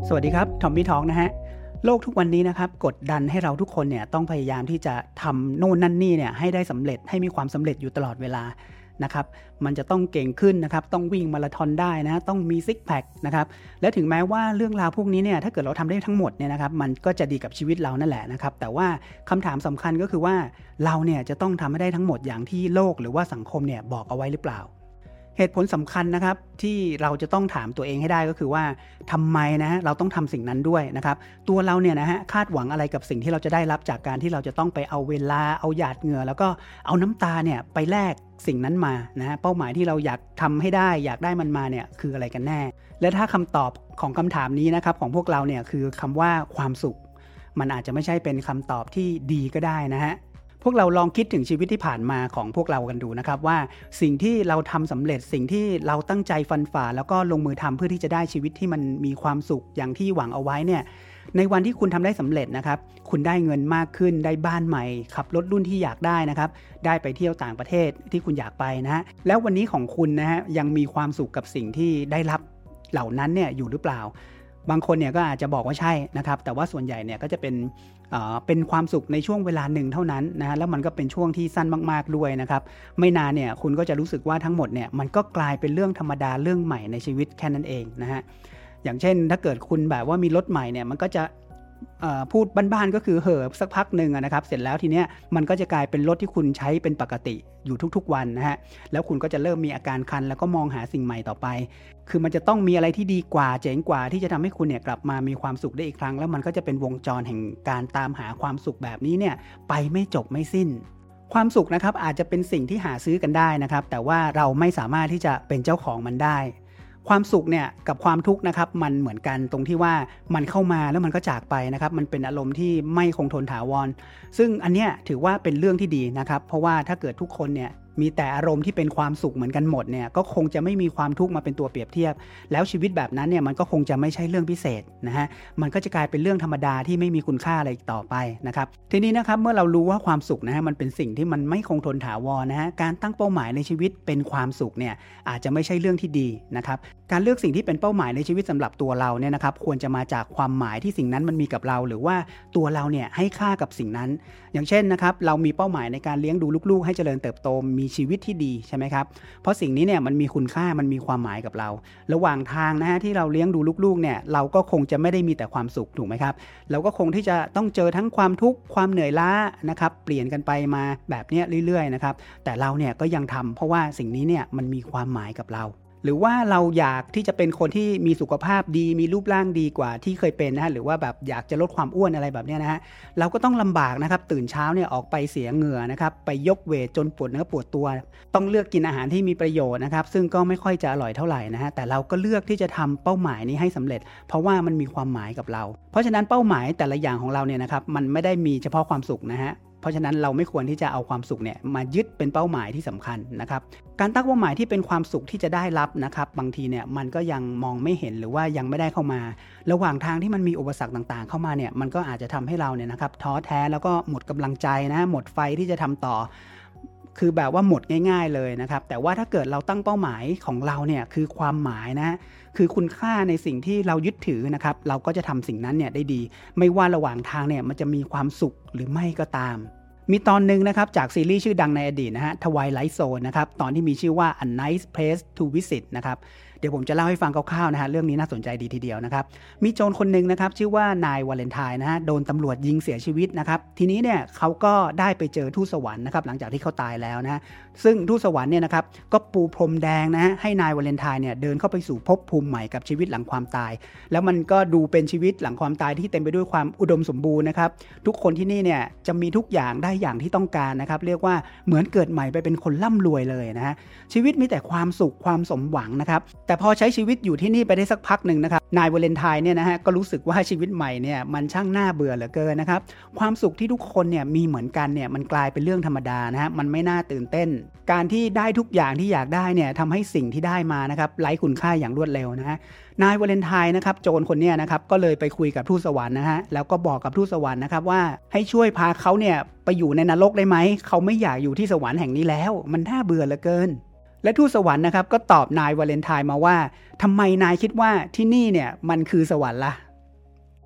สวัสดีครับทอมมี่ทอล์กนะฮะโลกทุกวันนี้นะครับกดดันให้เราทุกคนเนี่ยต้องพยายามที่จะทำโน่นนั่นนี่เนี่ยให้ได้สำเร็จให้มีความสำเร็จอยู่ตลอดเวลานะครับมันจะต้องเก่งขึ้นนะครับต้องวิ่งมาราธอนได้นะต้องมีซิกแพคนะครับและถึงแม้ว่าเรื่องราวพวกนี้เนี่ยถ้าเกิดเราทำได้ทั้งหมดเนี่ยนะครับมันก็จะดีกับชีวิตเรานั่นแหละนะครับแต่ว่าคำถามสำคัญก็คือว่าเราเนี่ยจะต้องทำให้ได้ทั้งหมดอย่างที่โลกหรือว่าสังคมเนี่ยบอกเอาไว้หรือเปล่าเหตุผลสำคัญนะครับที่เราจะต้องถามตัวเองให้ได้ก็คือว่าทำไมนะเราต้องทำสิ่งนั้นด้วยนะครับตัวเราเนี่ยนะฮะคาดหวังอะไรกับสิ่งที่เราจะได้รับจากการที่เราจะต้องไปเอาเวลาเอาหยาดเหงื่อแล้วก็เอาน้ำตาเนี่ยไปแลกสิ่งนั้นมานะฮะเป้าหมายที่เราอยากทำให้ได้อยากได้มันมาเนี่ยคืออะไรกันแน่และถ้าคำตอบของคำถามนี้นะครับของพวกเราเนี่ยคือคำว่าความสุขมันอาจจะไม่ใช่เป็นคำตอบที่ดีก็ได้นะฮะพวกเราลองคิดถึงชีวิตที่ผ่านมาของพวกเรากันดูนะครับว่าสิ่งที่เราทำสำเร็จสิ่งที่เราตั้งใจฟันฝ่าแล้วก็ลงมือทำเพื่อที่จะได้ชีวิตที่มันมีความสุขอย่างที่หวังเอาไว้เนี่ยในวันที่คุณทำได้สำเร็จนะครับคุณได้เงินมากขึ้นได้บ้านใหม่ขับรถรุ่นที่อยากได้นะครับได้ไปเที่ยวต่างประเทศที่คุณอยากไปนะฮะแล้ววันนี้ของคุณนะฮะยังมีความสุขกับสิ่งที่ได้รับเหล่านั้นเนี่ยอยู่หรือเปล่าบางคนเนี่ยก็อาจจะบอกว่าใช่นะครับแต่ว่าส่วนใหญ่เนี่ยก็จะเป็นความสุขในช่วงเวลาหนึ่งเท่านั้นนะแล้วมันก็เป็นช่วงที่สั้นมากๆด้วยนะครับไม่นานเนี่ยคุณก็จะรู้สึกว่าทั้งหมดเนี่ยมันก็กลายเป็นเรื่องธรรมดาเรื่องใหม่ในชีวิตแค่นั้นเองนะฮะอย่างเช่นถ้าเกิดคุณแบบว่ามีรถใหม่เนี่ยมันก็จะพูดบ้านๆก็คือเห่อสักพักหนึ่งนะครับเสร็จแล้วทีเนี้ยมันก็จะกลายเป็นรถที่คุณใช้เป็นปกติอยู่ทุกๆวันนะฮะแล้วคุณก็จะเริ่มมีอาการคันแล้วก็มองหาสิ่งใหม่ต่อไปคือมันจะต้องมีอะไรที่ดีกว่าเจ๋งกว่าที่จะทำให้คุณเนี่ยกลับมามีความสุขได้อีกครั้งแล้วมันก็จะเป็นวงจรแห่งการตามหาความสุขแบบนี้เนี่ยไปไม่จบไม่สิ้นความสุขนะครับอาจจะเป็นสิ่งที่หาซื้อกันได้นะครับแต่ว่าเราไม่สามารถที่จะเป็นเจ้าของมันได้ความสุขเนี่ยกับความทุกข์นะครับมันเหมือนกันตรงที่ว่ามันเข้ามาแล้วมันก็จากไปนะครับมันเป็นอารมณ์ที่ไม่คงทนถาวรซึ่งอันเนี้ยถือว่าเป็นเรื่องที่ดีนะครับเพราะว่าถ้าเกิดทุกคนเนี่ยมีแต่อารมณ์ที่เป็นความสุขเหมือนกันหมดเนี่ยก็คงจะไม่มีความทุกข์มาเป็นตัวเปรียบเทียบแล้วชีวิตแบบนั้นเนี่ยมันก็คงจะไม่ใช่เรื่องพิเศษนะฮะมันก็จะกลายเป็นเรื่องธรรมดาที่ไม่มีคุณค่าอะไรอีกต่อไปนะครับทีนี้นะครับเมื่อเรารู้ว่าความสุขนะฮะมันเป็นสิ่งที่มันไม่คงทนถาวรนะฮะการตั้งเป้าหมายในชีวิตเป็นความสุขเนี่ยอาจจะไม่ใช่เรื่องที่ดีนะครับการเลือกสิ่งที่เป็นเป้าหมายในชีวิตสำหรับตัวเราเนี่ยนะครับควรจะมาจากความหมายที่สิ่งนั้นมันมีกับเราหรือว่าตัวเราเนี่ยให้ค่ากับสิ่งนั้นอย่างเช่นนะครับเรามีเป้าหมายในการเลี้ยงดูลูกๆให้เจริญเติบโตมีชีวิตที่ดีใช่ไหมครับเพราะสิ่งนี้เนี่ยมันมีคุณค่ามันมีความหมายกับเราระหว่างทางนะฮะที่เราเลี้ยงดูลูกๆเนี่ยเราก็คงจะไม่ได้มีแต่ความสุขถูกไหมครับเราก็คงที่จะต้องเจอทั้งความทุกข์ความเหนื่อยล้านะครับเปลี่ยนกันไปมาแบบนี้เรื่อยๆนะครับแต่เราเนี่ยก็ยังทำเพราะว่าสิ่งนี้เนี่ยมันมีความหมายกับเราหรือว่าเราอยากที่จะเป็นคนที่มีสุขภาพดีมีรูปร่างดีกว่าที่เคยเป็นนะฮะหรือว่าแบบอยากจะลดความอ้วนอะไรแบบนี้นะฮะเราก็ต้องลำบากนะครับตื่นเช้าเนี่ยออกไปเสียเหงื่อนะครับไปยกเวทจนปวดเนื้อปวดตัวต้องเลือกกินอาหารที่มีประโยชน์นะครับซึ่งก็ไม่ค่อยจะอร่อยเท่าไหร่นะฮะแต่เราก็เลือกที่จะทำเป้าหมายนี้ให้สำเร็จเพราะว่ามันมีความหมายกับเราเพราะฉะนั้นเป้าหมายแต่ละอย่างของเราเนี่ยนะครับมันไม่ได้มีเฉพาะความสุขนะฮะเพราะฉะนั้นเราไม่ควรที่จะเอาความสุขเนี่ยมายึดเป็นเป้าหมายที่สำคัญนะครับการตั้งเป้าหมายที่เป็นความสุขที่จะได้รับนะครับบางทีเนี่ยมันก็ยังมองไม่เห็นหรือว่ายังไม่ได้เข้ามาระหว่างทางที่มันมีอุปสรรคต่างๆเข้ามาเนี่ยมันก็อาจจะทำให้เราเนี่ยนะครับท้อแท้แล้วก็หมดกำลังใจนะหมดไฟที่จะทำต่อคือแบบว่าหมดง่ายๆเลยนะครับแต่ว่าถ้าเกิดเราตั้งเป้าหมายของเราเนี่ยคือความหมายนะคือคุณค่าในสิ่งที่เรายึดถือนะครับเราก็จะทำสิ่งนั้นเนี่ยได้ดีไม่ว่าระหว่างทางเนี่ยมันจะมีความสุขหรือไม่ก็ตามมีตอนหนึ่งนะครับจากซีรีส์ชื่อดังในอดีตนะฮะ Twilight Zone นะครับตอนที่มีชื่อว่า A Nice Place to Visit นะครับเดี๋ยวผมจะเล่าให้ฟังคร่าวๆนะฮะเรื่องนี้น่าสนใจดีทีเดียวนะครับมีโจรคนหนึ่งนะครับชื่อว่านายวาเลนไทน์นะฮะโดนตำรวจยิงเสียชีวิตนะครับทีนี้เนี่ยเขาก็ได้ไปเจอทูตสวรรค์นะครับหลังจากที่เขาตายแล้วนะฮะซึ่งทูตสวรรค์เนี่ยนะครับก็ปูพรมแดงนะฮะให้นายวาเลนไทน์เนี่ยเดินเข้าไปสู่ภพภูมิใหม่กับชีวิตหลังความตายแล้วมันก็ดูเป็นชีวิตหลังความตายที่เต็มไปด้วยความอุดมสมบูรณ์นะครับทุกคนที่นี่เนี่ยจะมีทุกอย่างได้อย่างที่ต้องการนะครับเรียกว่าเหมือนเกิดใหม่ไปเป็นคนร่ำรวยเลยนะฮะชีวิตมีแต่ความสุขความสมหวังนะครับแต่พอใช้ชีวิตอยู่ที่นี่ไปได้สักพักหนึ่งนะครับนายวาเลนไทน์เนี่ยนะฮะก็รู้สึกว่าชีวิตใหม่เนี่ยมันช่างน่าเบื่อเหลือเกินนะครับความสุขที่ทุกคนเนี่ยมีเหมือนกันเนี่ยมันกลายเป็นเรื่องธรรมดานะฮะมันไม่น่าตื่นเต้นการที่ได้ทุกอย่างที่อยากได้เนี่ยทำให้สิ่งที่ได้มานะครับไร้คุณค่าอย่างรวดเร็วนะฮะนายวาเลนไทน์นะครับโจรคนนี้นะครับก็เลยไปคุยกับทูตสวรรค์นะฮะแล้วก็บอกกับทูตสวรรค์นะครับว่าให้ช่วยพาเขาเนี่ยไปอยู่ในนรกได้ไหมเขาไม่อยากอยู่ที่สวรรค์แห่งนี้แล้วมันน่าเบื่อเหลือเกินและทูตสวรรค์นะครับก็ตอบนายวาเลนไทน์มาว่าทำไมนายคิดว่าที่นี่เนี่ยมันคือสวรรค์ล่ะ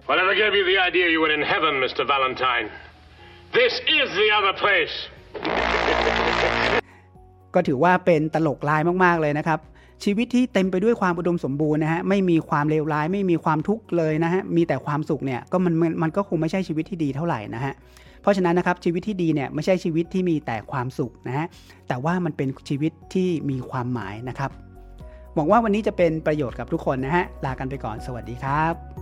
Whatever gave you the idea you were in heaven, Mr. Valentine? This is the other place. ก็ถือว่าเป็นตลกร้ายมากๆเลยนะครับชีวิตที่เต็มไปด้วยความอุดมสมบูรณ์นะฮะไม่มีความเลวร้ายไม่มีความทุกข์เลยนะฮะมีแต่ความสุขเนี่ยก็มันก็คงไม่ใช่ชีวิตที่ดีเท่าไหร่นะฮะเพราะฉะนั้นนะครับชีวิตที่ดีเนี่ยไม่ใช่ชีวิตที่มีแต่ความสุขนะฮะแต่ว่ามันเป็นชีวิตที่มีความหมายนะครับหวังว่าวันนี้จะเป็นประโยชน์กับทุกคนนะฮะลากันไปก่อนสวัสดีครับ